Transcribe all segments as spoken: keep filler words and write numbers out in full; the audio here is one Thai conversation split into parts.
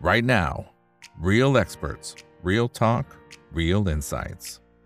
right now. Real experts, real talk, real insights.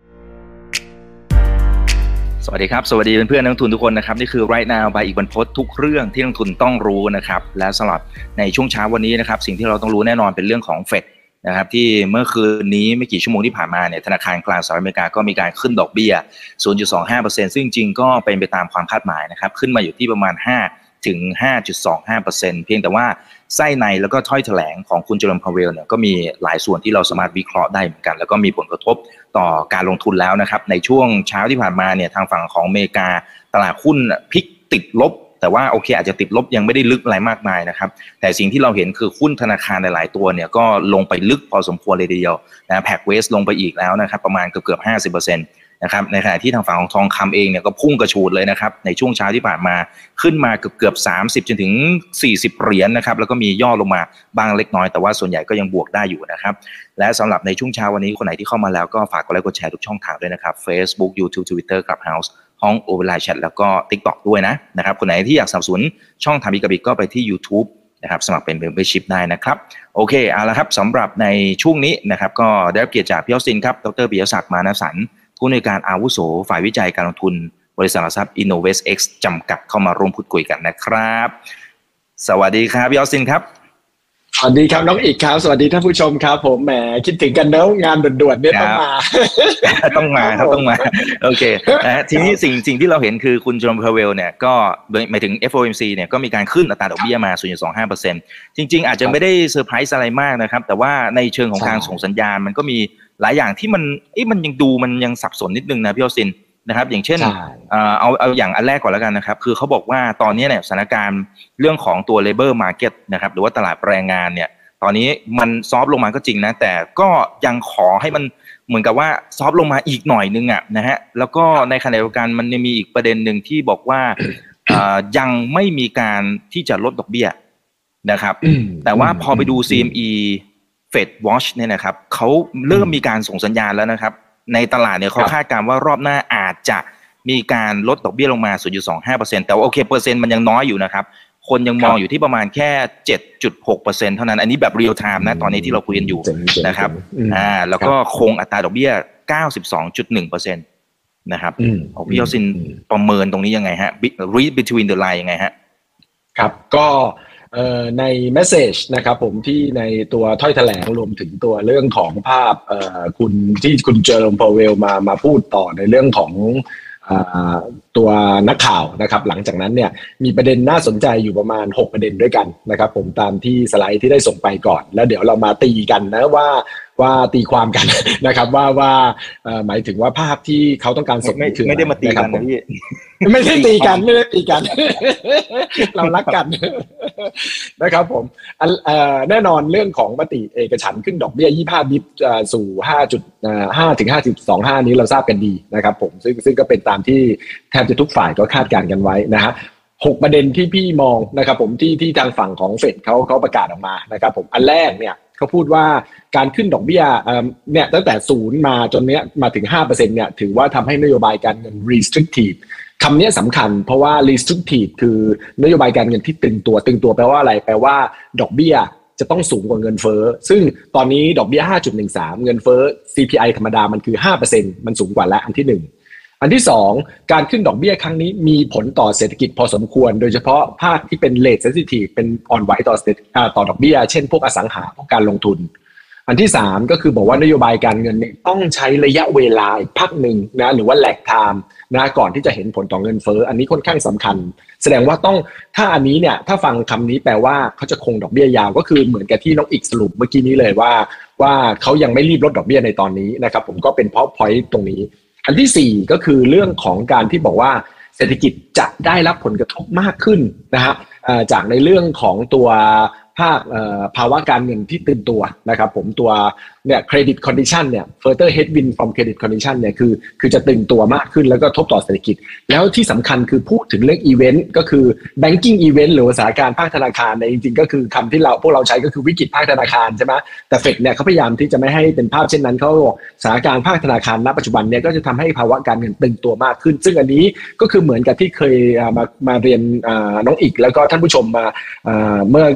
สวัสดีครับสวัสดีเพื่อนๆนักลงทุนทุกคนนะครับนี่คือ Right Now by อีกบรรพตทุกเรื่องที่นักลงทุนต้องรู้นะครับและสำหรับในช่วงเช้าวันนี้นะครับสิ่งที่เราต้องรู้แน่นอนเป็นเรื่องของเฟดนะครับที่เมื่อคืนนี้ไม่กี่ชั่วโมงที่ผ่านมาเนี่ยธนาคารกลางสหรัฐอเมริกาก็มีการขึ้นดอกเบี้ย ศูนย์จุดสองห้าเปอร์เซ็นต์ ซึ่งจริงๆก็เป็นไปตามความคาดหมายนะครับขึ้นมาอยู่ที่ประมาณห้าถึง ห้าจุดสองห้าเปอร์เซ็นต์ เพียงแต่ว่าไส้ในแล้วก็ถ้อยแถลงของคุณเจอร์มพาเวลเนี่ยก็มีหลายส่วนที่เราสามารถวิเคราะห์ได้เหมือนกันแล้วก็มีผลกระทบต่อการลงทุนแล้วนะครับในช่วงเช้าที่ผ่านมาเนี่ยทางฝั่งของอเมริกาตลาดหุ้นพลิกติดลบแต่ว่าโอเคอาจจะติดลบยังไม่ได้ลึกอะไรมากมายนะครับแต่สิ่งที่เราเห็นคือหุ้นธนาคารหลายๆตัวเนี่ยก็ลงไปลึกพอสมควรเลยทีเดียวนะแพ็กเวสลงไปอีกแล้วนะครับประมาณเกือบๆ ห้าสิบเปอร์เซ็นต์นะครับในขณะที่ทางฝั่งของทองคำเองเนี่ยก็พุ่งกระฉูดเลยนะครับในช่วงเช้าที่ผ่านมาขึ้นมาเกือบๆสามสิบจนถึงสี่สิบเหรียญ นะครับแล้วก็มีย่อลงมาบ้างเล็กน้อยแต่ว่าส่วนใหญ่ก็ยังบวกได้อยู่นะครับและสำหรับในช่วงเช้าวันนี้คนไหนที่เข้ามาแล้วก็ฝากกดไลค์กดแชร์ทุกช่องทางด้วยนะครับ Facebook YouTube Twitter Clubhouse ห้อง Overline Chat แล้วก็ TikTok ด้วยนะนะครับคนไหนที่อยากสนับสนุนช่องทางบิกบิกก็ไปที่ YouTube นะครับสมัครเป็น Membership ได้นะครับโอเคเอาละครับสำหรับในช่วงนี้นะครับก็ได้รับเกียรติจากพี่ออสตินครับดร.ปิยศักดิ์ มานะสันผู้อำนวยการอาวุโสฝ่ายวิจัยการลงทุนบริษัทหลักทรัพย์ InnovestX จำกัดเข้ามาร่วมพูดคุยกันนะครับสวัสดีครับพี่ออสตินครับสวัสดีครับน้องอีกครับสวัสดีท่านผู้ชมครับผมแหมคิดถึงกันเนอะงานด่วนๆเนี่ยต้องมาต้องมาครับต้องมาโอเคนะทีนี้สิ่งสิ่งที่เราเห็นคือคุณเจอร์มพาเวลเนี่ยก็หมายถึง เอฟ โอ เอ็ม ซี เนี่ยก็มีการขึ้นอัตราดอกเบี้ยมา ศูนย์จุดสองห้าเปอร์เซ็นต์ จริงๆอาจจะไม่ได้เซอร์ไพรส์อะไรมากนะครับแต่ว่าในเชิงของการส่งสัญญาณมันก็มีหลายอย่างที่มันเอ๊ะมันยังดูมันยังสับสนนิดนึงนะพี่ออสตินนะครับอย่างเช่นเอาเอาอย่างอันแรกก่อนแล้วกันนะครับคือเขาบอกว่าตอนนี้เนี่ยสถานการณ์เรื่องของตัว labor market นะครับหรือว่าตลาดแรงงานเนี่ยตอนนี้มันซอฟต์ลงมาก็จริงนะแต่ก็ยังขอให้มันเหมือนกับว่าซอฟต์ลงมาอีกหน่อยนึงอ่ะนะฮะแล้วก็ในขณะเดียวกันมันยังมีอีกประเด็นหนึ่งที่บอกว่ายังไม่มีการที่จะลดดอกเบี้ยนะครับแต่ว่าพอไปดู ซี เอ็ม อี Fed Watch เนี่ยนะครับเขาเริ่มมีการส่งสัญญาณแล้วนะครับในตลาดเนี่ยเขาคาดการณ์ว่ารอบหน้าอาจจะมีการลดดอกเบี้ยลงมา ศูนย์จุดสองห้าเปอร์เซ็นต์ แต่ว่าโอเคเปอร์เซ็นต์มันยังน้อยอยู่นะครับคนยังมองอยู่ที่ประมาณแค่ เจ็ดจุดหกเปอร์เซ็นต์ เท่านั้นอันนี้แบบเรียลไทม์นะตอนนี้ที่เราคุยกันอยู่นะครับอ่าแล้วก็คงอัตราดอกเบี้ย เก้าสิบสองจุดหนึ่งเปอร์เซ็นต์ นะครับเอาพี่ยอดซินประเมินตรงนี้ยังไงฮะ read between the line ยังไงฮะครับก็ในเมสเสจนะครับผมที่ในตัวถ้อยแถลงรวมถึงตัวเรื่องของภาพคุณที่คุณเจอร์มพาเวลมามาพูดต่อในเรื่องของตัวนักข่าวนะครับหลังจากนั้นเนี่ยมีประเด็นน่าสนใจอยู่ประมาณหกประเด็นด้วยกันนะครับผมตามที่สไลด์ที่ได้ส่งไปก่อนแล้วเดี๋ยวเรามาตีกันนะว่าว่าตีความกันนะครับว่าว่าหมายถึงว่าภาพที่เขาต้องการส่งคือไม่ได้มาตีกันนะพี่ไม่ได้ตีกันไม่ได้ตีกันเรารักกันนะครับผมแน่นอนเรื่องของมติเอกฉันท์ขึ้นดอกเบี้ยยี่สิบห้าบิปสู่ ห้าจุดห้า ถึง ห้าจุดสองห้า นี้เราทราบกันดีนะครับผมซึ่งซึ่งก็เป็นตามที่แทบจะทุกฝ่ายก็คาดการณ์กันไว้นะฮะหกประเด็นที่พี่มองนะครับผมที่ที่ทางฝั่งของเฟดเขาเขาประกาศออกมานะครับผมอันแรกเนี่ยเขาพูดว่าการขึ้นดอกเบี้ยเนี่ยตั้งแต่ศูนย์มาจนเนี้ยมาถึง ห้าเปอร์เซ็นต์ เนี่ยถือว่าทำให้นโยบายการเงิน restrictive คำนี้สำคัญเพราะว่า restrictive คือนโยบายการเงินที่ตึงตัวตึงตัวแปลว่าอะไรแปลว่าดอกเบี้ยจะต้องสูงกว่าเงินเฟ้อซึ่งตอนนี้ดอกเบี้ย ห้าจุดหนึ่งสาม เงินเฟ้อ ซี พี ไอ ธรรมดามันคือ ห้าเปอร์เซ็นต์ มันสูงกว่าแล้วอันที่หนึ่งอันที่สองการขึ้นดอกเบี้ยครั้งนี้มีผลต่อเศรษฐกิจพอสมควรโดยเฉพาะภาคที่เป็น rate sensitive เป็นอ่อนไหวต่อต่อดอกเบี้ยเช่นพวกอสังหาพวกการลงทุนอันที่สามก็คือบอกว่านโยบายการเงินเนี่ยต้องใช้ระยะเวลาอีกพักหนึ่งนะหรือว่า lag time นะก่อนที่จะเห็นผลต่อเงินเฟ้ออันนี้ค่อนข้างสำคัญแสดงว่าต้องถ้าอันนี้เนี่ยถ้าฟังคำนี้แปลว่าเขาจะคงดอกเบี้ยยาวก็คือเหมือนกับที่น้องอีกสรุปเมื่อกี้นี้เลยว่าว่าเขายังไม่รีบลดดอกเบี้ยในตอนนี้นะครับผมก็เป็นเพราะ point ตรงนี้อันที่สี่ก็คือเรื่องของการที่บอกว่าเศรษฐกิจจะได้รับผลกระทบมากขึ้นนะฮะจากในเรื่องของตัวภาคภาวะการเงินที่ตึงตัวนะครับผมตัวเนี่ย credit condition เนี่ย further headwind from credit condition เนี่ยคือคือจะตึงตัวมากขึ้นแล้วก็ทบต่อเศรษฐกิจแล้วที่สำคัญคือพูดถึงเรื่อง event ก็คือ banking event หรือสถานการณ์ภาคธนาคารในจริงๆก็คือคำที่เราพวกเราใช้ก็คือวิกฤตภาคธนาคารใช่ไหมแต่เฟดเนี่ยเขาพยายามที่จะไม่ให้เป็นภาพเช่นนั้นเขาบอกสถานการณ์ภาคธนาคารณปัจจุบันเนี่ยก็จะทำให้ภาวะการเงินตึงตัวมากขึ้นซึ่งอันนี้ก็คือเหมือนกับที่เคยมามาเรียนน้องอีกแล้วก็ท่านผู้ชมมาเมื่อก่อนๆ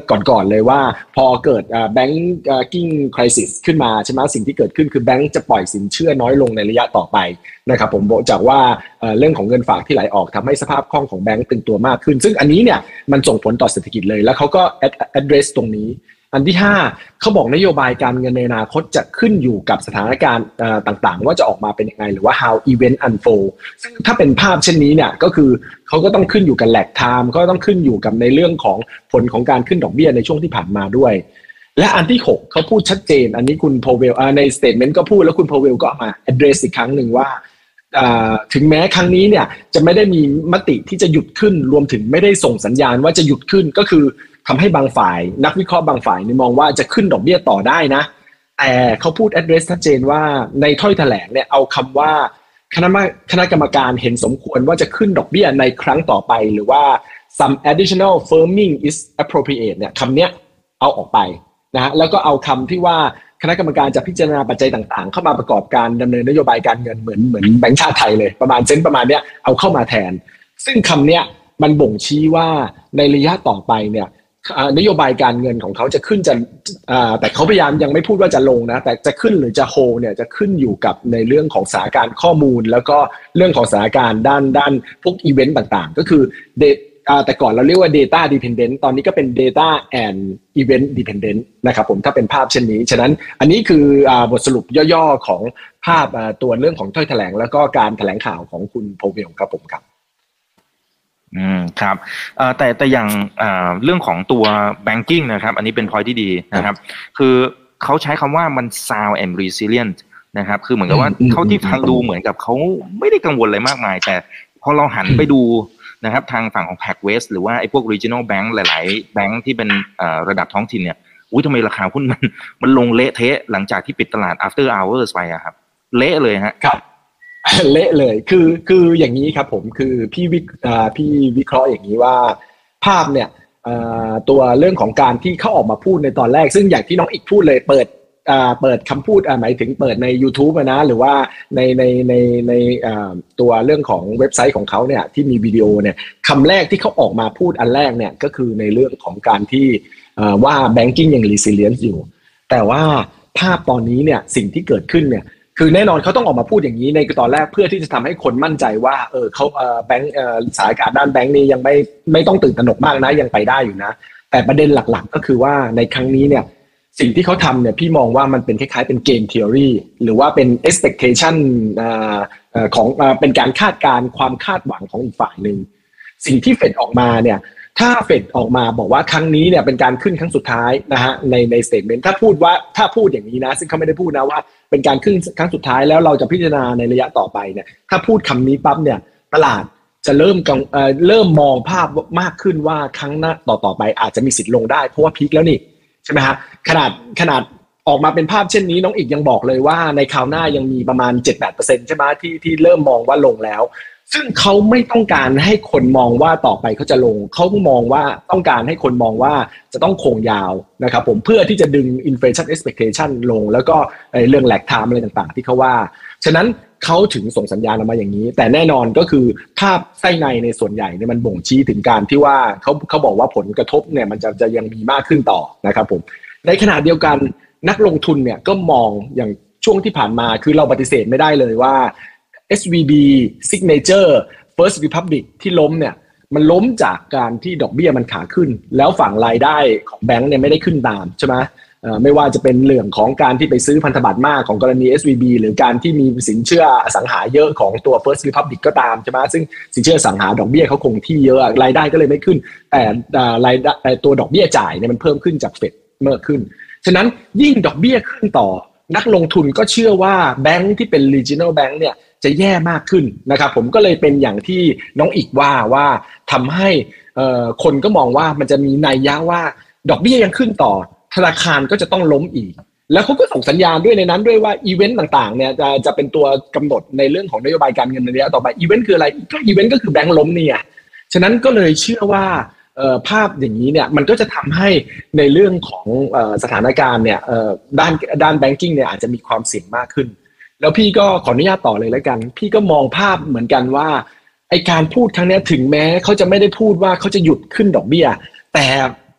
เลยว่าพอเกิดแบงก์กิ้งคริสิสขึ้นมาใช่ไหมสิ่งที่เกิดขึ้นคือแบงก์จะปล่อยสินเชื่อน้อยลงในระยะต่อไปนะครับผมบอกจากว่าเรื่องของเงินฝากที่ไหลออกทำให้สภาพคล่องของแบงก์ตึงตัวมากขึ้นซึ่งอันนี้เนี่ยมันส่งผลต่อเศรษฐกิจเลยแล้วเขาก็ address ตรงนี้อันที่ห้าเขาบอกนโยบายการเงินในอนาคตจะขึ้นอยู่กับสถานการณ์ต่างๆว่าจะออกมาเป็นยังไงหรือว่า how event unfold ซึ่งถ้าเป็นภาพเช่นนี้เนี่ยก็คือเขาก็ต้องขึ้นอยู่กับ lag time ก็ต้องขึ้นอยู่กับในเรื่องของผลของการขึ้นดอกเบี้ยในช่วงที่ผ่านมาด้วยและอันที่หกเขาพูดชัดเจนอันนี้คุณโพเวลใน statement ก็พูดแล้วคุณโพเวลก็มา address อีกครั้งหนึ่งว่าถึงแม้ครั้งนี้เนี่ยจะไม่ได้มีมติที่จะหยุดขึ้นรวมถึงไม่ได้ส่งสัญญาณว่าจะหยุดขึ้นก็คือทำให้บางฝ่ายนักวิเคราะห์บางฝ่ายมองว่าจะขึ้นดอกเบี้ยต่อได้นะแต่เขาพูด address ชัดเจนว่าในถ้อยแถลงเนี่ยเอาคำว่าคณะคณะกรรมการเห็นสมควรว่าจะขึ้นดอกเบี้ยในครั้งต่อไปหรือว่า some additional firming is appropriate เนี่ยคำเนี้ยเอาออกไปนะฮะแล้วก็เอาคำที่ว่าคณะกรรมการจะพิจารณาปัจจัยต่างๆเข้ามาประกอบการดำเนินนโยบายการเงินเหมือนเหมือนแบงก์ชาติไทยเลยประมาณเซนประมาณเนี้ยเอาเข้ามาแทนซึ่งคำเนี้ยมันบ่งชี้ว่าในระยะต่อไปเนี่ยนโยบายการเงินของเขาจะขึ้นจะแต่เขาพยายามยังไม่พูดว่าจะลงนะแต่จะขึ้นหรือจะโฮเนี่ยจะขึ้นอยู่กับในเรื่องของสถานการณ์ข้อมูลแล้วก็เรื่องของสถานการณ์ด้านด้านพวกอีเวนต์ต่างๆก็คือแต่ก่อนเราเรียกว่า data dependent ตอนนี้ก็เป็น data and event dependent นะครับผมถ้าเป็นภาพเช่นนี้ฉะนั้นอันนี้คือบทสรุปย่อๆของภาพตัวเรื่องของถ้อยแถลงแล้วก็การแถลงข่าวของคุณโพเวลครับผมครับอืมครับเอ่อแต่แต่อย่างเอ่อเรื่องของตัว banking นะครับอันนี้เป็น point ที่ดีนะครับคือเขาใช้คำว่ามัน sound and resilient นะครับคือเหมือนกับว่าเขาที่ฟังดูเหมือนกับเขาไม่ได้กังวลอะไรมากมายแต่พอเราหันไปดูนะครับทางฝั่งของ PacWest หรือว่าไอ้พวก regional bank หลายๆแบงค์ที่เป็นเอ่อระดับท้องถิ่นเนี่ยอุ้ยทำไมราคาหุ้นมันมันลงเละเทะหลังจากที่ปิดตลาด after hours ไปอะครับเละเลยฮะครับเละเลยคือคืออย่างนี้ครับผมคือพี่วิพี่วิเคราะห์อย่างนี้ว่าภาพเนี่ยตัวเรื่องของการที่เขาออกมาพูดในตอนแรกซึ่งอย่างที่น้องอีกพูดเลยเปิดเปิดคำพูดหมายถึงเปิดใน YouTube นะหรือว่าในในในในตัวเรื่องของเว็บไซต์ของเขาเนี่ยที่มีวิดีโอเนี่ยคำแรกที่เขาออกมาพูดอันแรกเนี่ยก็คือในเรื่องของการที่ว่า banking ยัง resilient อยู่แต่ว่าภาพตอนนี้เนี่ยสิ่งที่เกิดขึ้นเนี่ยคือแน่นอนเขาต้องออกมาพูดอย่างนี้ในตอนแรกเพื่อที่จะทำให้คนมั่นใจว่าเออเขาเอ่อแบงก์เอ่อสถานการณ์ด้านแบงก์นี้ยังไม่ไม่ต้องตื่นตระหนกมากนะยังไปได้อยู่นะแต่ประเด็นหลักๆก็คือว่าในครั้งนี้เนี่ยสิ่งที่เขาทำเนี่ยพี่มองว่ามันเป็นคล้ายๆเป็นเกมทีออรีหรือว่าเป็น expectation อ่าเอ่อของอ่าเป็นการคาดการณ์ความคาดหวังของอีกฝ่ายนึงสิ่งที่เฟดออกมาเนี่ยถ้าเฟดออกมาบอกว่าครั้งนี้เนี่ยเป็นการขึ้นครั้งสุดท้ายนะฮะในในสเตทเมนต์ถ้าพูดว่าถ้าพูดอย่างนี้นะซึ่งเขาไม่ได้พูดนะว่าเป็นการขึ้นครั้งสุดท้ายแล้วเราจะพิจารณาในระยะต่อไปเนี่ยถ้าพูดคำนี้ปั๊บเนี่ยตลาดจะเริ่มเอ่อเริ่มมองภาพมากขึ้นว่าครั้งหน้าต่อต่อไปอาจจะมีสิทธิ์ลงได้เพราะว่าพีคแล้วนี่ใช่ไหมฮะขนาดขนาดออกมาเป็นภาพเช่นนี้น้องอีกยังบอกเลยว่าในคราวหน้ายังมีประมาณ เจ็ดถึงแปดเปอร์เซ็นต์ ใช่ไหมที่ที่เริ่มมองว่าลงแล้วซึ่งเขาไม่ต้องการให้คนมองว่าต่อไปเขาจะลงเขามองว่าต้องการให้คนมองว่าจะต้องคงยาวนะครับผมเพื่อที่จะดึง inflation expectation ลงแล้วก็เรื่อง lag time อะไรต่างๆที่เขาว่าฉะนั้นเขาถึงส่งสัญญาณออกมาอย่างนี้แต่แน่นอนก็คือภาพไส้ในในส่วนใหญ่เนี่ยมันบ่งชี้ถึงการที่ว่าเขาเขาบอกว่าผลกระทบเนี่ยมันจะจะยังมีมากขึ้นต่อนะครับผมในขณะเดียวกันนักลงทุนเนี่ยก็มองอย่างช่วงที่ผ่านมาคือเราปฏิเสธไม่ได้เลยว่าเอส วี บี Signature First Republic ที่ล้มเนี่ยมันล้มจากการที่ดอกเบี้ยมันขาขึ้นแล้วฝั่งรายได้ของแบงก์เนี่ยไม่ได้ขึ้นตามใช่ไหมไม่ว่าจะเป็นเรื่องของการที่ไปซื้อพันธบัตรมากของกรณี เอส วี บี หรือการที่มีสินเชื่ออสังหาเยอะของตัว First Republic ก็ตามใช่ไหมซึ่งสินเชื่ออสังหาดอกเบี้ยเขาคงที่เยอะรายได้ก็เลยไม่ขึ้นแต่รายได้ตัวดอกเบี้ยจ่ายเนี่ยมันเพิ่มขึ้นจากเฟดเมื่อขึ้นฉะนั้นยิ่งดอกเบี้ยขึ้นต่อนักลงทุนก็เชื่อว่าแบงก์ที่เป็น regional bank เนี่ยจะแย่มากขึ้นนะครับผมก็เลยเป็นอย่างที่น้องอีกว่าว่าทำให้คนก็มองว่ามันจะมีนัยยะว่าดอกเบี้ยยังขึ้นต่อธนาคารก็จะต้องล้มอีกแล้วเขาก็ส่งสัญญาณด้วยในนั้นด้วยว่าอีเวนต์ต่างๆเนี่ยจะจะเป็นตัวกำหนดในเรื่องของนโยบายการเงินในระยะต่อไปอีเวนต์คืออะไรก็อีเวนต์ก็คือแบงก์ล้มเนี่ยฉะนั้นก็เลยเชื่อว่าภาพอย่างนี้เนี่ยมันก็จะทำให้ในเรื่องของสถานการณ์เนี่ยด้านด้านแบงกิ้งเนี่ยอาจจะมีความเสี่ยงมากขึ้นแล้วพี่ก็ขออนุญาตต่อเลยแล้วกันพี่ก็มองภาพเหมือนกันว่าไอการพูดครั้งนี้ถึงแม้เขาจะไม่ได้พูดว่าเขาจะหยุดขึ้นดอกเบี้ยแต่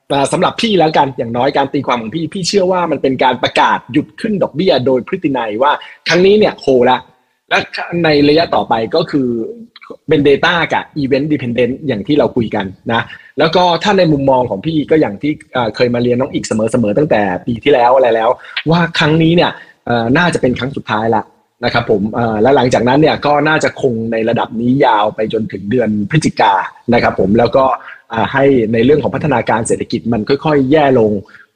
สำหรับพี่แล้วกันอย่างน้อยการตีความของพี่พี่เชื่อว่ามันเป็นการประกาศหยุดขึ้นดอกเบี้ยโดยพฤตินัยว่าครั้งนี้เนี่ยโหละและในระยะต่อไปก็คือเป็น data กับ event dependent อย่างที่เราคุยกันนะแล้วก็ถ้าในมุมมองของพี่ก็อย่างที่เคยมาเรียนน้องอีกเสมอๆตั้งแต่ปีที่แล้วอะไรแล้วว่าครั้งนี้เนี่ยน่าจะเป็นครั้งสุดท้ายละนะครับผมและหลังจากนั้นเนี่ยก็น่าจะคงในระดับนี้ยาวไปจนถึงเดือนพฤศจิกายนนะครับผมแล้วก็ให้ในเรื่องของพัฒนาการเศรษฐกิจมันค่อยๆแย่ลง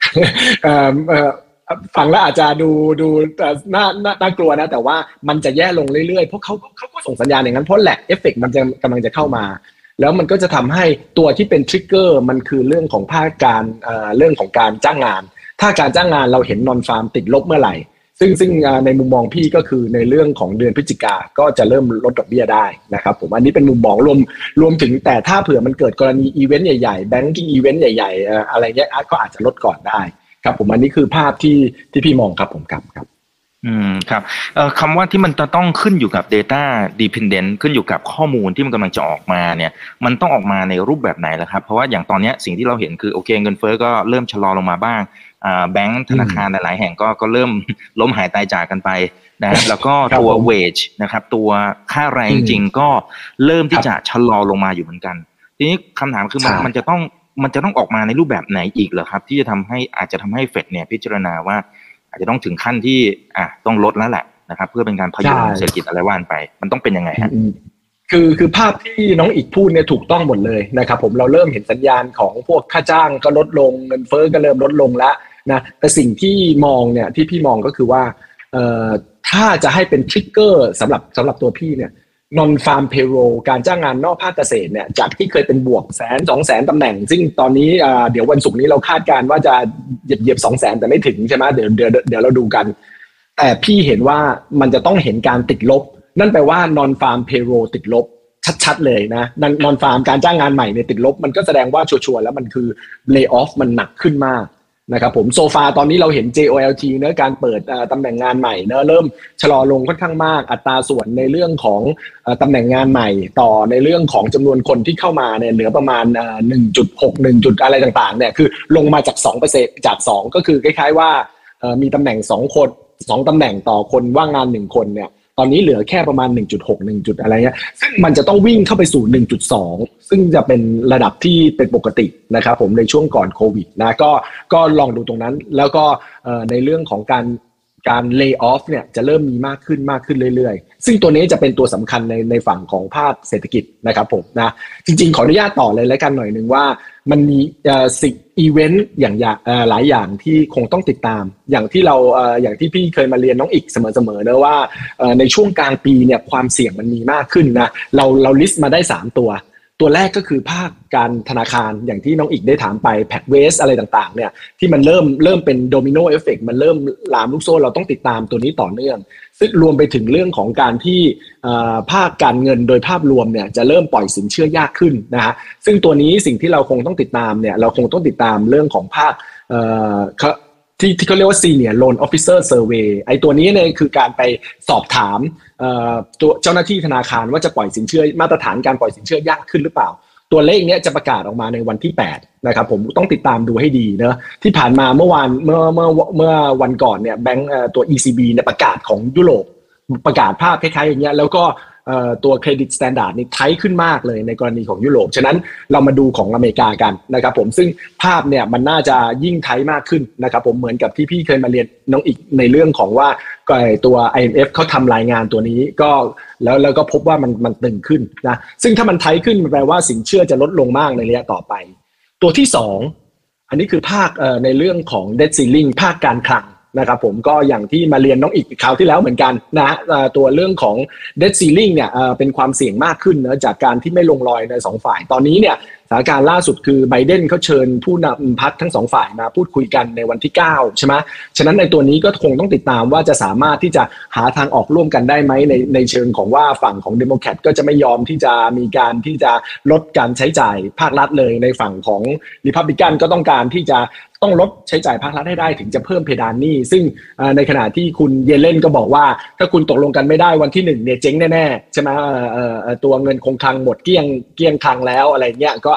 ฟังแล้วอาจจะดูดูน่าน่ากลัวนะแต่ว่ามันจะแย่ลงเรื่อยๆเพราะเขาเขาก็ส่งสัญญาณอย่างนั้นเพราะแหละเอฟเฟกต์มันจะกำลังจะเข้ามาแล้วมันก็จะทำให้ตัวที่เป็นทริกเกอร์มันคือเรื่องของภาคการเรื่องของการจ้างงานถ้าการจ้างงานเราเห็นนอนฟาร์มติดลบเมื่อไหร่ซึ่งซึ่งในมุมมองพี่ก็คือในเรื่องของเดือนพฤศจิกาก็จะเริ่มลดดอกเบี้ยได้นะครับผมอันนี้เป็นมุมมองรวมรวมถึงแต่ถ้าเผื่อมันเกิดกรณีอีเวนต์ใหญ่ๆแบงกิ้งอีเวนต์ใหญ่ๆอะไรเงี้ยก็อาจจะลดก่อนได้ครับผมอันนี้คือภาพที่ที่พี่มองครับผมครับครับอืมครับเอ่อคำว่าที่มันจะต้องขึ้นอยู่กับ data dependent ขึ้นอยู่กับข้อมูลที่มันกำลังจะออกมาเนี่ยมันต้องออกมาในรูปแบบไหนล่ะครับเพราะว่าอย่างตอนนี้สิ่งที่เราเห็นคือโอเคเงินเฟ้อก็เริ่มชะลอลงมาบ้างอ่าแบงก์ธนาคารหลายๆแห่งก็ก็เริ่มล้มหายตายจากกันไปนะแล้วก็ตัว wage นะครับตัวค่าแรงจริงก็เริ่มที่จะชะลอลงมาอยู่เหมือนกันทีนี้คำถามคือมันมันจะต้องมันจะต้องออกมาในรูปแบบไหนอีกเหรอครับที่จะทำให้อาจจะทำให้เฟดเนี่ยพิจารณาว่าอาจจะต้องถึงขั้นที่อ่ะต้องลดแล้วแหละนะครับเพื่อเป็นการพยุงเศรษฐกิจอะไรว่านไปมันต้องเป็นยังไงฮะคือคือภาพที่น้องอีกพูดเนี่ยถูกต้องหมดเลยนะครับผมเราเริ่มเห็นสัญญาณของพวกค่าจ้างก็ลดลงเงินเฟ้อก็เริ่มลดลงแล้วนะแต่สิ่งที่มองเนี่ยที่พี่มองก็คือว่าเอ่อถ้าจะให้เป็นทริกเกอร์สำหรับสำหรับตัวพี่เนี่ยnon farm payroll การจ้างงานนอกภาคเกษตรเนี่ยจากที่เคยเป็นบวกแสนสองแสนตำแหน่งซึ่งตอนนี้เดี๋ยววันศุกร์นี้เราคาดการณ์ว่าจะเหยียบเหยียบสองแสนแต่ไม่ถึงใช่ไหมเดี๋ยวเดี๋ยวเดี๋ยวเราดูกันแต่พี่เห็นว่ามันจะต้องเห็นการติดลบนั่นแปลว่า non farm payroll ติดลบชัดๆเลยนะ non farm การจ้างงานใหม่เนี่ยติดลบมันก็แสดงว่าชัวร์ๆแล้วมันคือ lay off มันหนักขึ้นมากนะครับผมโซฟาตอนนี้เราเห็น เจ โอ แอล ที เนื้อการเปิดตำแหน่งงานใหม่เนื้อเริ่มชะลอลงค่อนข้างมากอัตราส่วนในเรื่องของตำแหน่งงานใหม่ต่อในเรื่องของจำนวนคนที่เข้ามาเนี่ยเหลือประมาณ หนึ่งจุดหก หนึ่งจุดอะไรต่างๆเนี่ยคือลงมาจาก สองเปอร์เซ็นต์ จากสองก็คือคล้ายๆว่ามีตำแหน่งสองคนสองตำแหน่งต่อคนว่างงานหนึ่งคนเนี่ยตอนนี้เหลือแค่ประมาณ หนึ่งจุดหก หนึ่งจุดอะไรเงี้ยซึ่งมันจะต้องวิ่งเข้าไปสู่ หนึ่งจุดสอง ซึ่งจะเป็นระดับที่เป็นปกตินะครับผมในช่วงก่อนโควิดนะก็ก็ลองดูตรงนั้นแล้วก็ในเรื่องของการการ lay off เนี่ยจะเริ่มมีมากขึ้นมากขึ้นเรื่อยๆซึ่งตัวนี้จะเป็นตัวสำคัญในในฝั่งของภาคเศรษฐกิจนะครับผมนะจริงๆขออนุญาตต่อเลยแล้วกันหน่อยนึงว่ามันมีสิ่งอีเวนต์อย่างหลายอย่างที่คงต้องติดตามอย่างที่เราอย่างที่พี่เคยมาเรียนน้องอีกเสมอๆนะว่าในช่วงกลางปีเนี่ยความเสี่ยงมันมีมากขึ้นนะเราเราลิสต์มาได้สามตัวตัวแรกก็คือภาคการธนาคารอย่างที่น้องอีกได้ถามไปแพ็คเวสอะไรต่างๆเนี่ยที่มันเริ่มเริ่มเป็นโดมิโนเอฟเฟกต์มันเริ่มลามลูกโซ่เราต้องติดตามตัวนี้ต่อเนื่องซึ่งรวมไปถึงเรื่องของการที่ภาคการเงินโดยภาพรวมเนี่ยจะเริ่มปล่อยสินเชื่อยากขึ้นนะฮะซึ่งตัวนี้สิ่งที่เราคงต้องติดตามเนี่ยเราคงต้องติดตามเรื่องของภาคที่ที่เขาเรียกว่า Senior Loan Officer Survey ไอ้ตัวนี้เนี่ยคือการไปสอบถามตัวเจ้าหน้าที่ธนาคารว่าจะปล่อยสินเชื่อมาตรฐานการปล่อยสินเชื่อยากขึ้นหรือเปล่าตัวเลขนี้จะประกาศออกมาในวันที่แปดนะครับผมต้องติดตามดูให้ดีเนอะที่ผ่านมาเมื่อวานเมื่อเมื่อเมื่อวันก่อนเนี่ยแบงก์ตัว อี ซี บี เนี่ยประกาศของยุโรปประกาศภาพคล้ายๆอย่างเงี้ยแล้วก็ตัวเครดิตสแตนดาร์ดนี่ไทท์ขึ้นมากเลยในกรณีของยุโรปฉะนั้นเรามาดูของอเมริกากันนะครับผมซึ่งภาพเนี่ยมันน่าจะยิ่งไทท์มากขึ้นนะครับผมเหมือนกับที่พี่เคยมาเรียนน้องอีกในเรื่องของว่าตัว ไอ เอ็ม เอฟ เขาทำรายงานตัวนี้ก็แล้วแล้วก็พบว่ามันมันตึงขึ้นนะซึ่งถ้ามันไทท์ขึ้นแปลว่าสินเชื่อจะลดลงมากในระยะต่อไปตัวที่สองอันนี้คือภาคในเรื่องของ debt ceiling ภาคการคลังนะครับผมก็อย่างที่มาเรียนน้องอีกคราวที่แล้วเหมือนกันนะตัวเรื่องของ debt ceiling เนี่ยเป็นความเสี่ยงมากขึ้นนะจากการที่ไม่ลงรอยในสองฝ่ายตอนนี้เนี่ยสถานการณ์ล่าสุดคือไบเดนเขาเชิญผู้นำพรรคทั้งสองฝ่ายมาพูดคุยกันในวันที่เก้าใช่ไหมฉะนั้นในตัวนี้ก็คงต้องติดตามว่าจะสามารถที่จะหาทางออกร่วมกันได้ไหมในในเชิงของว่าฝั่งของเดโมแครตก็จะไม่ยอมที่จะมีการที่จะลดการใช้จ่ายภาครัฐเลยในฝั่งของริพับลิกันก็ต้องการที่จะต้องลดใช้จ่ายภาครัฐให้ได้ถึงจะเพิ่มเพดานหนี้ซึ่งในขณะที่คุณเยเลนก็บอกว่าถ้าคุณตกลงกันไม่ได้วันที่หนึ่งเนี่ยเจ๊งแน่ๆใช่ไหมตัวเงินคงคลังหมดเกลี้ยงเกลี้ยงคลังแล้วอะไรเงี้ยก็อาจ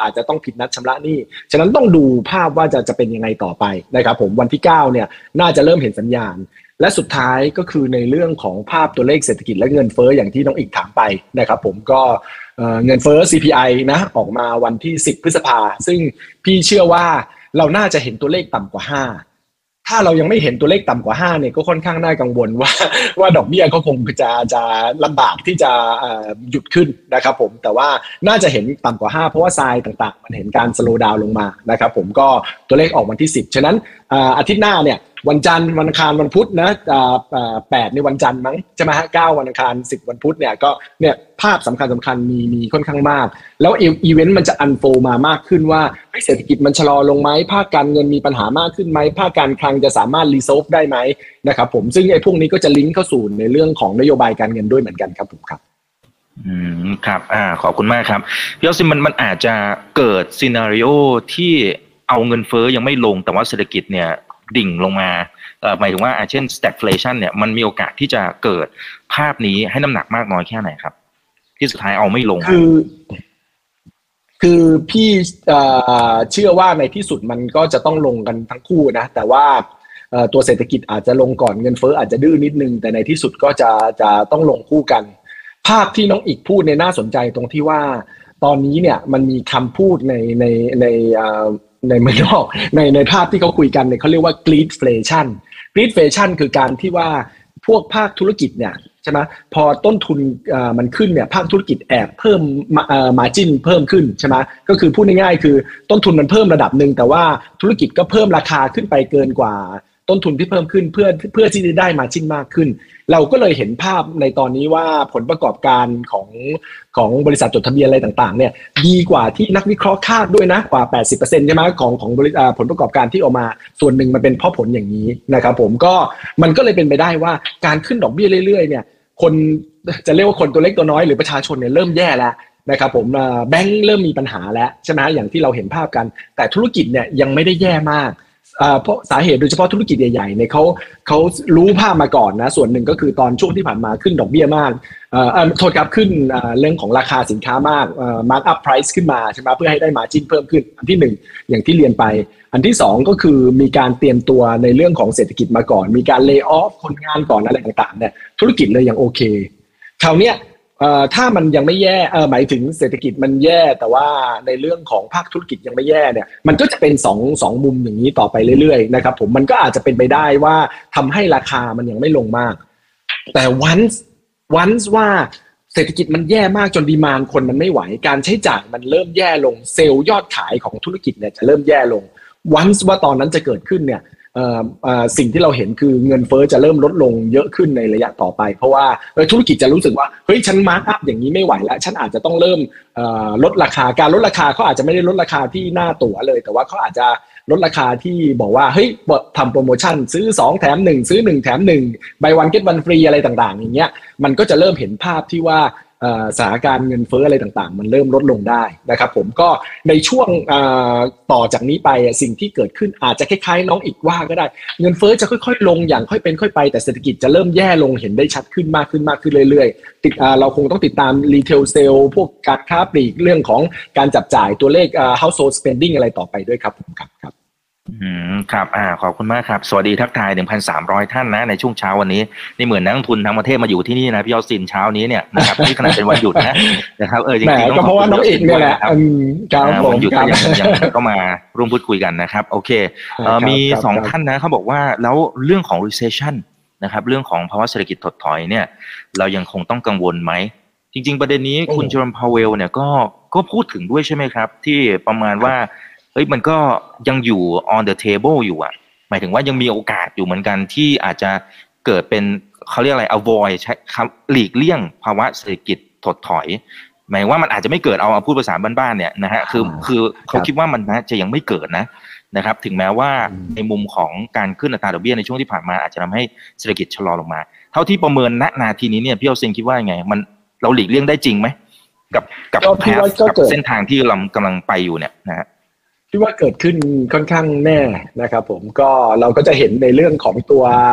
อาจจะต้องผิดนัดชำระหนี้ฉะนั้นต้องดูภาพว่าจะจะเป็นยังไงต่อไปนะครับผมวันที่เก้าเนี่ยน่าจะเริ่มเห็นสัญญาณและสุดท้ายก็คือในเรื่องของภาพตัวเลขเศรษฐกิจและเงินเฟ้ออย่างที่น้องอีกถามไปนะครับผมก็เงินเฟ้อ ซี พี ไอ นะออกมาวันที่สิบพฤษภาซึ่งพี่เชื่อว่าเราน่าจะเห็นตัวเลขต่ำกว่าห้าถ้าเรายังไม่เห็นตัวเลขต่ำกว่าห้าเนี่ยก็ค่อนข้างน่ากังวลว่าว่าดอกเบี้ยก็คงจะจะลำบากที่จะหยุดขึ้นนะครับผมแต่ว่าน่าจะเห็นต่ำกว่าห้าเพราะว่าทรายต่างๆมันเห็นการสโลว์ดาวน์ลงมานะครับผมก็ตัวเลขออกวันที่สิบฉะนั้นอาทิตย์หน้าเนี่ยวันจันทร์วันอังคารวันพุธนะแปดในวันจันทร์มั้งใช่ไหมฮะเก้าวันอังคารสิบวันพุธเนี่ยก็เนี่ยภาพสำคัญสำคัญมีมีค่อนข้างมากแล้วอีเวนต์มันจะอันโฟมามากขึ้นว่าเศรษฐกิจมันชะลอลงไหมภาคการเงินมีปัญหามากขึ้นไหมภาคการคลังจะสามารถรีโซฟได้ไหมนะครับผมซึ่งไอ้พวกนี้ก็จะลิงก์เข้าสู่ในเรื่องของนโยบายการเงินด้วยเหมือนกันครับผมครับอืมครับอ่าขอบคุณมากครับพี่ออสซิมันมันอาจจะเกิดซีนาริโอที่เอาเงินเฟ้อยังไม่ลงแต่ว่าเศรษฐกิจเนี่ยดิ่งลงมาเอ่อหมายถึงว่าเช่น stagflation เนี่ยมันมีโอกาสที่จะเกิดภาพนี้ให้น้ำหนักมากน้อยแค่ไหนครับที่สุดท้ายเอาไม่ลงคือคือพี่เอ่อเชื่อว่าในที่สุดมันก็จะต้องลงกันทั้งคู่นะแต่ว่าเอ่อตัวเศรษฐกิจอาจจะลงก่อนเงินเฟ้ออาจจะดื้อนิดนึงแต่ในที่สุดก็จะจะต้องลงคู่กันภาพที่น้องอีกพูดเนี่ยน่าสนใจตรงที่ว่าตอนนี้เนี่ยมันมีคำพูดในในในเอ่อในเมืองนอกในในภาพที่เขาคุยกันเนี่ยเขาเรียกว่า greedflation greedflation คือการที่ว่าพวกภาคธุรกิจเนี่ยใช่ไหมพอต้นทุนมันขึ้นเนี่ยภาคธุรกิจแอบเพิ่มมาร์จิ้นเพิ่มขึ้นใช่ไหมก็คือพูดง่ายๆคือต้นทุนมันเพิ่มระดับหนึ่งแต่ว่าธุรกิจก็เพิ่มราคาขึ้นไปเกินกว่าต้นทุนที่เพิ่มขึ้นเพื่อเพื่อที่จะได้มาร์จิ้นมากขึ้นเราก็เลยเห็นภาพในตอนนี้ว่าผลประกอบการของของบริษัทจดทะเบียนอะไรต่างๆเนี่ยดีกว่าที่นักวิเคราะห์คาดด้วยนะกว่า แปดสิบเปอร์เซ็นต์ ใช่ไหมของของบริษัทผลประกอบการที่ออกมาส่วนหนึ่งมันเป็นเพราะผลอย่างนี้นะครับผมก็มันก็เลยเป็นไปได้ว่าการขึ้นดอกเบี้ยเรื่อยๆเนี่ยคนจะเรียกว่าคนตัวเล็กตัวน้อยหรือประชาชนเนี่ยเริ่มแย่แล้วนะครับผมแบงก์เริ่มมีปัญหาแล้วใช่ไหมอย่างที่เราเห็นภาพกันแต่ธุรกิจเนี่ยยังไม่ได้แย่มากเพราะสาเหตุโดยเฉพาะธุรกิจใหญ่ๆเนี่ยเขาเขารู้ภาพมาก่อนนะส่วนหนึ่งก็คือตอนช่วงที่ผ่านมาขึ้นดอกเบี้ยมากเอ่อโทษครับขึ้นเรื่องของราคาสินค้ามากเอ่อ mark up price ขึ้นมาใช่ไหมเพื่อให้ได้ margin เพิ่มขึ้นอันที่หนึ่งอย่างที่เรียนไปอันที่สองก็คือมีการเตรียมตัวในเรื่องของเศรษฐกิจมาก่อนมีการ lay off คนงานก่อนอะไรต่างๆเนี่ยธุรกิจเลยยังโอเคคราวเนี้ยเอ่อถ้ามันยังไม่แย่เออหมายถึงเศรษฐกิจมันแย่แต่ว่าในเรื่องของภาคธุรกิจยังไม่แย่เนี่ยมันก็จะเป็นสองสองมุมอย่างนี้ต่อไปเรื่อยๆนะครับผมมันก็อาจจะเป็นไปได้ว่าทำให้ราคามันยังไม่ลงมากแต่ once once ว่าเศรษฐกิจมันแย่มากจนดีมานด์คนมันไม่ไหวการใช้จ่ายมันเริ่มแย่ลงเซลล์ยอดขายของธุรกิจเนี่ยจะเริ่มแย่ลง once ว่าตอนนั้นจะเกิดขึ้นเนี่ยสิ่งที่เราเห็นคือเงินเฟ้อจะเริ่มลดลงเยอะขึ้นในระยะต่อไปเพราะว่าธุรกิจจะรู้สึกว่าเฮ้ยฉันมาร์คอัพอย่างนี้ไม่ไหวแล้วฉันอาจจะต้องเริ่มลดราคาการลดราคาเขาอาจจะไม่ได้ลดราคาที่หน้าตั๋วเลยแต่ว่าเขาอาจจะลดราคาที่บอกว่าเฮ้ยทำโปรโมชั่นซื้อสองแถมหนึ่งซื้อหนึ่งแถมหนึ่ง buy one get one free อะไรต่างๆอย่างเงี้ยมันก็จะเริ่มเห็นภาพที่ว่าสถานการณ์เงินเฟ้ออะไรต่างๆมันเริ่มลดลงได้นะครับผมก็ในช่วงต่อจากนี้ไปสิ่งที่เกิดขึ้นอาจจะคล้ายๆน้องอีกว่าก็ได้เงินเฟ้อจะค่อยๆลงอย่างค่อยเป็นค่อยไปแต่เศรษฐกิจจะเริ่มแย่ลงเห็นได้ชัดขึ้นมากขึ้นมากขึ้นเรื่อยๆติดเราคงต้องติดตามรีเทลเซลพวกการค้าปลีกเรื่องของการจับจ่ายตัวเลข household spending อะไรต่อไปด้วยครับผมครับครับอืมครับอ่าขอบคุณมากครับสวัสดีทักทาย หนึ่งพันสามร้อย ท่านนะในช่วงเช้าวันนี้นี่เหมือนนักลงทุนทั้งประเทศมาอยู่ที่นี่นะพี่ยอดสินเช้านี้เนี่ยนะครับที่ขณะเป็นวันหยุดนะนะครับเออจริงๆก็เพราะว่าน้องเอกเนี่ยแหละอืมครับผมวันหยุดก็ยังยังก็มาร่วมพูดคุยกันนะครับโอเคเอ่อมีสองท่านนะเขาบอกว่าแล้วเรื่องของ recession นะครับเรื่องของภาวะเศรษฐกิจถดถอยเนี่ยเรายังคงต้องกังวลไหมจริงๆประเด็นนี้คุณเจอร์มพาวเวลเนี่ยก็ก็พูดถึงด้วยใช่ไหมครับที่ประมาณว่าเอ้ยมันก็ยังอยู่ on the table อยู่อ่ะหมายถึงว่ายังมีโอกาสอยู่เหมือนกันที่อาจจะเกิดเป็นเขาเรียกอะไร avoid ใช้หลีกเลี่ยงภาวะเศรษฐกิจถดถอยหมายว่ามันอาจจะไม่เกิดเอาพูดภาษาบ้านๆเนี่ยนะฮะคือคือเขาคิดว่ามันนะจะยังไม่เกิดนะนะครับถึงแม้ว่าในมุมของการขึ้นอัตราดอกเบี้ยในช่วงที่ผ่านมาอาจจะทำให้เศรษฐกิจชะลอลงมาเท่าที่ประเมินณนาทีนี้เนี่ยพี่เอาซิงคิดว่าไงมันเราหลีกเลี่ยงได้จริงไหมกับกับแพทกับเส้นทางที่เรากำลังไปอยู่เนี่ยนะฮะคิดว่าเกิดขึ้นค่อนข้างแน่นะครับผมก็เราก็จะเห็นในเรื่องของตัว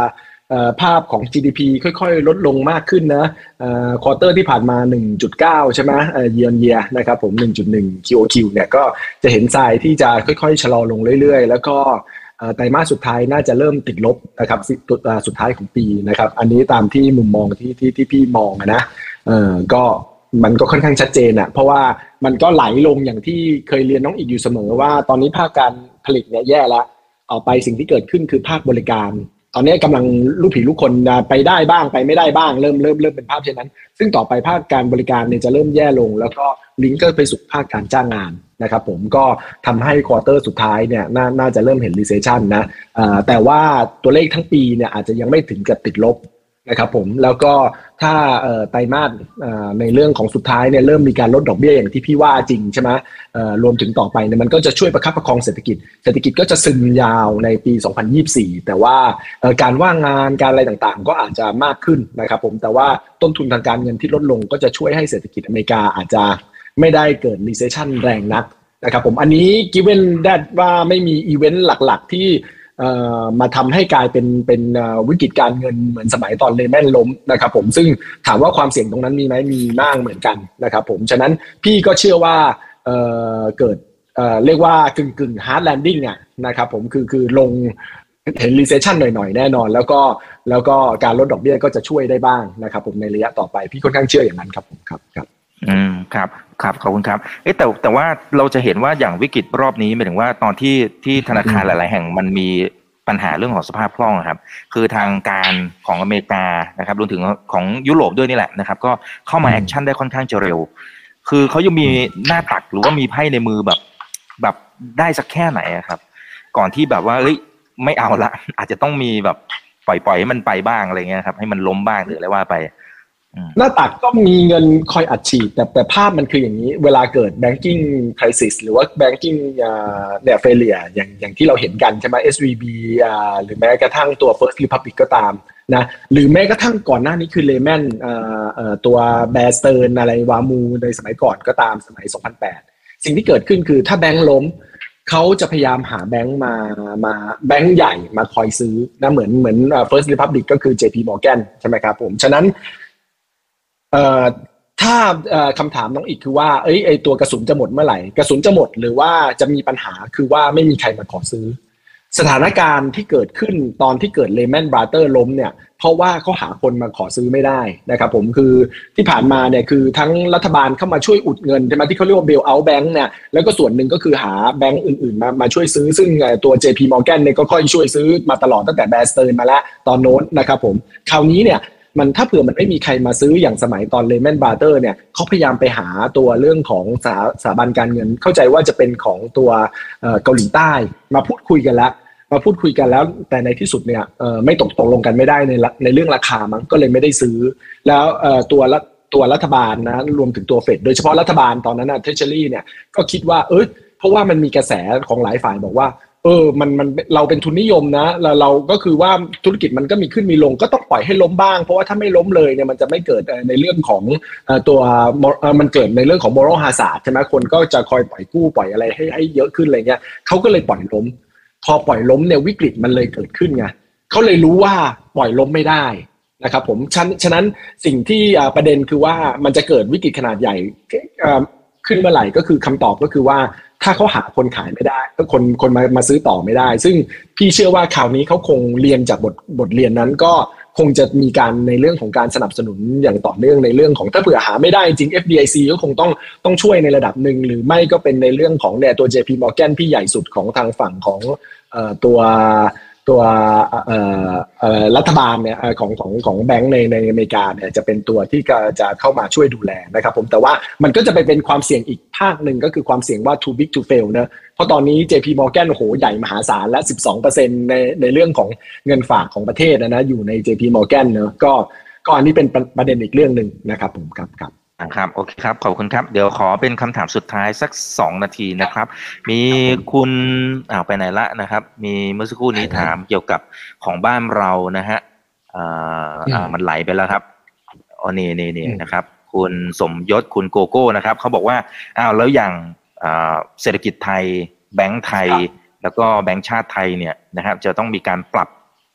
ภาพของ จี ดี พี ค่อยๆลดลงมากขึ้นนะควอเตอร์ที่ผ่านมา หนึ่งจุดเก้า ใช่ไหมเอ่อ year on year นะครับผม หนึ่งจุดหนึ่ง คิว โอ คิว เนี่ยก็จะเห็นทรายที่จะค่อยๆชะลอลงเรื่อยๆแล้วก็ไตรมาสสุดท้ายน่าจะเริ่มติดลบนะครับสุดท้ายของปีนะครับอันนี้ตามที่มุมมองที่ที่ที่พี่มองนะเออก็มันก็ค่อนข้างชัดเจนอ่ะเพราะว่ามันก็ไหลลงอย่างที่เคยเรียนน้องอีกอยู่เสมอว่าตอนนี้ภาคการผลิตเนี่ยแย่แล้วต่อไปสิ่งที่เกิดขึ้นคือภาคบริการตอนนี้กำลังลูกผีลูกคนไปได้บ้างไปไม่ได้บ้างเริ่มเริ่มเริ่มเป็นภาพเช่นนั้นซึ่งต่อไปภาคการบริการเนี่ยจะเริ่มแย่ลงแล้วก็ลิงก์ก็ไปสู่ภาคการจ้างงานนะครับผมก็ทำให้ควอเตอร์สุดท้ายเนี่ยน น่าจะเริ่มเห็น recession นะแต่ว่าตัวเลขทั้งปีเนี่ยอาจจะยังไม่ถึงกับติดลบนะครับผมแล้วก็ถ้าไตรมาสในเรื่องของสุดท้ายเนี่ยเริ่มมีการลดดอกเบี้ยอย่างที่พี่ว่าจริงใช่ไหมรวมถึงต่อไปเนี่ยมันก็จะช่วยประคับประคองเศรษฐกิจเศรษฐกิจก็จะซึมยาวในปีสองพันยี่สิบสี่แต่ว่าการว่างงานการอะไรต่างๆก็อาจจะมากขึ้นนะครับผมแต่ว่าต้นทุนทางการเงินที่ลดลงก็จะช่วยให้เศรษฐกิจอเมริกาอาจจะไม่ได้เกิด recession แรงนักนะครับผมอันนี้ given that ว่าไม่มีอีเวนต์หลักๆที่มาทำให้กลายเป็นเป็นวิกฤตการเงินเหมือนสมัยตอนเลแมนล้มนะครับผมซึ่งถามว่าความเสี่ยงตรงนั้นมีไหมมีมากเหมือนกันนะครับผมฉะนั้นพี่ก็เชื่อว่าเอ่อเกิดเอ่อเรียกว่ากึ่งกึ่งฮาร์ดแลนดิ้งอ่ะนะครับผมคือคือลงเห็น recession หน่อยๆแน่นอนแล้วก็แล้วก็การลดดอกเบี้ยก็จะช่วยได้บ้างนะครับผมในระยะต่อไปพี่ค่อนข้างเชื่ออย่างนั้นครับผมครับครับอืมครับครับขอบคุณครับเอ๊ะแต่แต่ว่าเราจะเห็นว่าอย่างวิกฤตรอบนี้หมายถึงว่าตอนที่ที่ธนาคารหลายๆแห่งมันมีปัญหาเรื่องของสภาพคล่องครับคือทางการของอเมริกานะครับรวมถึงของยุโรปด้วยนี่แหละนะครับก็เข้ามาแอคชั่นได้ค่อนข้างจะเร็วคือเขายังมีหน้าตักหรือว่ามีไพ่ในมือแบบแบบได้สักแค่ไหนครับก่อนที่แบบว่าเฮ้ยไม่เอาละอาจจะต้องมีแบบปล่อยปล่อยให้มันไปบ้างอะไรเงี้ยครับให้มันล้มบ้างหรืออะไรว่าไปหน้าตักก็มีเงินคอยอัดฉีดแต่แต่ภาพมันคืออย่างนี้เวลาเกิด banking crisis หรือว่า banking เนี่ย failure อย่างอย่างที่เราเห็นกันใช่ไหม เอส วี บี หรือแม้กระทั่งตัว First Republic ก็ตามนะหรือแม้กระทั่งก่อนหน้านี้คือ Lehman ตัว Bear Stearns อะไรวามูในสมัยก่อนก็ตามสมัยสองพันแปดสิ่งที่เกิดขึ้นคือถ้าแบงก์ล้มเขาจะพยายามหาแบงก์มามาแบงก์ใหญ่มาคอยซื้อนะเหมือนเหมือน First Republic ก็คือ เจ พี Morgan ใช่ไหมครับผมฉะนั้นเอ่อถ้าคำถามน้องอีกคือว่าเอ้ยไอตัวกระสุนจะหมดเมื่อไหร่กระสุนจะหมดหรือว่าจะมีปัญหาคือว่าไม่มีใครมาขอซื้อสถานการณ์ที่เกิดขึ้นตอนที่เกิด Lehman Brothers ล้มเนี่ยเพราะว่าเขาหาคนมาขอซื้อไม่ได้นะครับผมคือที่ผ่านมาเนี่ยคือทั้งรัฐบาลเข้ามาช่วยอุดเงินใช่ไหมที่เขาเรียกว่า bail out bank เนี่ยแล้วก็ส่วนหนึ่งก็คือหาแบงก์อื่นๆมามาช่วยซื้อซึ่งตัว เจ พี Morgan เนี่ยก็ค่อยช่วยซื้อมาตลอดตั้งแต่ Bear Stearns มาแล้วตอนโน้นนะครับผมคราวนี้เนี่ยมันถ้าเผื่อมันไม่มีใครมาซื้ออย่างสมัยตอน Lehman Brothers เนี่ยเขาพยายามไปหาตัวเรื่องของสถาสถาบันการเงินเข้าใจว่าจะเป็นของตัวเกาหลีใต้มาพูดคุยกันแล้วมาพูดคุยกันแล้วแต่ในที่สุดเนี่ยไม่ตกตกลงกันไม่ได้ในในเรื่องราคามั้งก็เลยไม่ได้ซื้อแล้วตัวตัวรัฐบาลนะรวมถึงตัวเฟดโดยเฉพาะรัฐบาลตอนนั้นนะเทรเจอรี่เนี่ยก็คิดว่าเออเพราะว่ามันมีกระแสของหลายฝ่ายบอกว่าเออมันมันเราเป็นทุนนิยมนะเราเราก็คือว่าธุรกิจมันก็มีขึ้นมีลงก็ต้องปล่อยให้ล้มบ้างเพราะว่าถ้าไม่ล้มเลยเนี่ยมันจะไม่เกิดในเรื่องของตัวมันเกิดในเรื่องของ moral hazard ใช่ไหมคนก็จะคอยปล่อยกู้ปล่อยอะไรให้ให้เยอะขึ้นอะไรเงี้ยเขาก็เลยปล่อยล้มพอปล่อยล้มเนี่ยวิกฤตมันเลยเกิดขึ้นไงเขาเลยรู้ว่าปล่อยล้มไม่ได้นะครับผมฉะนั้นสิ่งที่ประเด็นคือว่ามันจะเกิดวิกฤตขนาดใหญ่ขึ้นเมื่อไหร่ก็คือคำตอบก็คือว่าถ้าเขาหาคนขายไม่ได้ก็คนคนมามาซื้อต่อไม่ได้ซึ่งพี่เชื่อว่าคราวนี้เขาคงเรียนจากบทบทเรียนนั้นก็คงจะมีการในเรื่องของการสนับสนุนอย่างต่อเนื่องในเรื่องของถ้าเผื่อหาไม่ได้จริง เอฟ ดี ไอ ซี ก็คงต้องต้องช่วยในระดับหนึ่งหรือไม่ก็เป็นในเรื่องของเนี่ยตัว เจ พี Morgan พี่ใหญ่สุดของทางฝั่งของเอ่อตัวตัวเอ่อเอ่อรัฐบาลเนี่ยของของของแบงก์ในในอเมริกาเนี่ยจะเป็นตัวที่จะเข้ามาช่วยดูแลนะครับผมแต่ว่ามันก็จะไปเป็นความเสี่ยงอีกภาคหนึ่งก็คือความเสี่ยงว่า too big to fail นะเพราะตอนนี้ เจ พี Morgan โอ้โหใหญ่มหาศาลและ สิบสองเปอร์เซ็นต์ ในในเรื่องของเงินฝากของประเทศนะนะอยู่ใน เจ พี Morgan เนอะก็ก็อันนี้เป็นประเด็นอีกเรื่องนึงนะครับผมครับครับครับโอเคครับขอบคุณครับเดี๋ยวขอเป็นคำถามสุดท้ายสักสองนาทีนะครับมีคุณอ้าวไปไหนละนะครับมีเมื่อสักครู่นี้ถามเกี่ยวกับของบ้านเรานะฮะอ่าอ่ามันไหลไปแล้วครับอ๋อนี่นี่นี่นะครับคุณสมยศคุณโกโก้นะครับเขาบอกว่าอ้าวแล้วอย่างอ่าเศรษฐกิจไทยแบงก์ไทยแล้วก็แบงก์ชาติไทยเนี่ยนะครับจะต้องมีการปรับ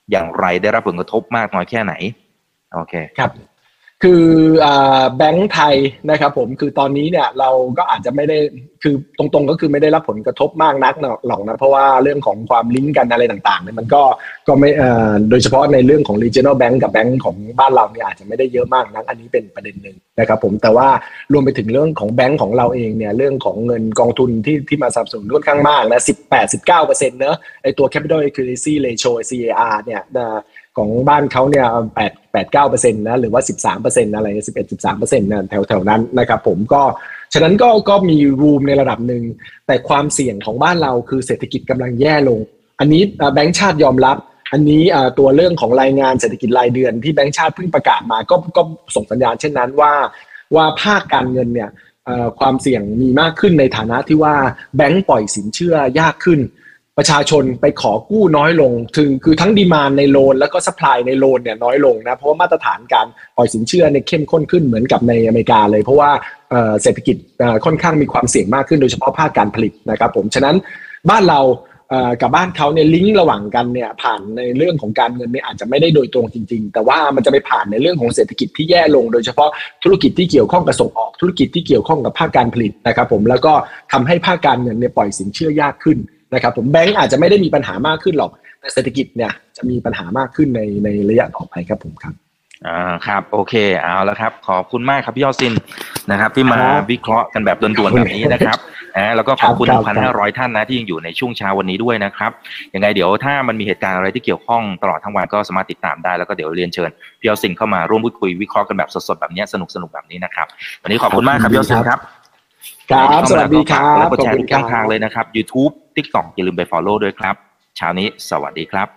อย่างไรได้รับผลกระทบมากน้อยแค่ไหนโอเคครับคือแบงก์ไทยนะครับผมคือตอนนี้เนี่ยเราก็อาจจะไม่ได้คือตรงๆก็คือไม่ได้รับผลกระทบมากนักหรอกนะเพราะว่าเรื่องของความลิงก์กันอะไรต่างๆเนี่ยมันก็ก็ไม่โดยเฉพาะในเรื่องของ regional bank กับแบงก์ของบ้านเราเนี่ยอาจจะไม่ได้เยอะมากนักอันนี้เป็นประเด็นหนึ่งนะครับผมแต่ว่ารวมไปถึงเรื่องของแบงก์ของเราเองเนี่ยเรื่องของเงินกองทุนที่ที่มาสนับสนุนค่อนข้างมากนะสิบแปด สิบเก้าเปอร์เซ็นต์เนอะไอตัว capital adequacy ratio ซี เอ อาร์ เนี่ยของบ้านเขาเนี่ยแปด แปด เก้าเปอร์เซ็นต์นะหรือว่าสิบสามเปอร์เซ็นต์อะไรสิบเอ็ด สิบสามเปอร์เซ็นต์นะแถวๆนั้นนะครับผมก็ฉะนั้นก็ก็มีรูมในระดับหนึ่งแต่ความเสี่ยงของบ้านเราคือเศรษฐกิจกำลังแย่ลงอันนี้แบงก์ชาติยอมรับอันนี้ตัวเรื่องของรายงานเศรษฐกิจรายเดือนที่แบงก์ชาติเพิ่งประกาศมาก็ก็ส่งสัญญาณเช่นนั้นว่าว่าภาคการเงินเนี่ยความเสี่ยงมีมากขึ้นในฐานะที่ว่าแบงก์ปล่อยสินเชื่อยากขึ้นประชาชนไปขอกู้น้อยลงถึงคือทั้งดีมานด์ในโลนแล้วก็ซัพพลายในโลนเนี่ยน้อยลงนะเพราะว่ามาตรฐานการปล่อยสินเชื่อเนี่ยเข้มข้นขึ้นเหมือนกับในอเมริกาเลยเพราะว่าเศรษฐกิจค่อนข้างมีความเสี่ยงมากขึ้นโดยเฉพาะภาคการผลิตนะครับผมฉะนั้นบ้านเรากับบ้านเขาเนี่ยลิงก์ระหว่างกันเนี่ยผ่านในเรื่องของการเงินเนี่ยอาจจะไม่ได้โดยตรงจริงๆแต่ว่ามันจะไปผ่านในเรื่องของเศรษฐกิจที่แย่ลงโดยเฉพาะธุรกิจที่เกี่ยวข้องกับส่งออกธุรกิจที่เกี่ยวข้องกับภาคการผลิตนะครับผมแล้วก็ทำให้ภาคการเงินเนี่ยปล่อยสินเชื่อยากขึ้นนะครับผมแบงก์อาจจะไม่ได้มีปัญหามากขึ้นหรอกแต่เศรษฐกิจเนี่ยจะมีปัญหามากขึ้นในในระยะต่อไปครับผมครับอ่าครับโอเคเอาแล้วครับขอบคุณมากครับพี่ยอดซินนะครับที่มาวิเคราะห์กันแบบด่วนๆแบบนี้นะครับนะแล้วก็ขอบคุณ หนึ่งพันห้าร้อย ท่านนะที่ยังอยู่ในช่วงเช้าวันนี้ด้วยนะครับยังไงเดี๋ยวถ้ามันมีเหตุการณ์อะไรที่เกี่ยวข้องตลอดทั้งวันก็สามารถติดตามได้แล้วก็เดี๋ยวเรียนเชิญพี่ยอดซินเข้ามาร่วมพูดคุยวิเคราะห์กันแบบสดๆแบบนี้สนุกๆแบบนี้นะครับวันนี้ขอบคุณมากครับพี่ยอดซินครับครับสวัสดีครับแล้วก็แชร์ทุกช่องทางเลยนะครับ YouTube TikTok อย่าลืมไป follow ด้วยครับเช้านี้สวัสดีครับ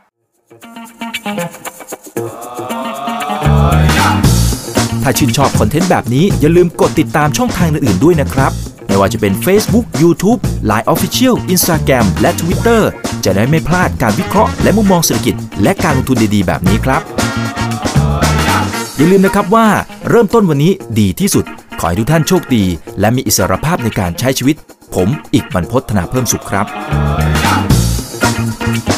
ถ้าชื่นชอบคอนเทนต์แบบนี้อย่าลืมกดติดตามช่องทางอื่นๆด้วยนะครับไม่ว่าจะเป็น Facebook YouTube ไลน์ Official Instagram และ Twitter จะได้ไม่พลาดการวิเคราะห์และมุมมองเศรษฐกิจและการลงทุนดีๆแบบนี้ครับอย่าลืมนะครับว่าเริ่มต้นวันนี้ดีที่สุดขอให้ทุกท่านโชคดีและมีอิสรภาพในการใช้ชีวิตผมอีกบรรพต ธนาเพิ่มสุขครับ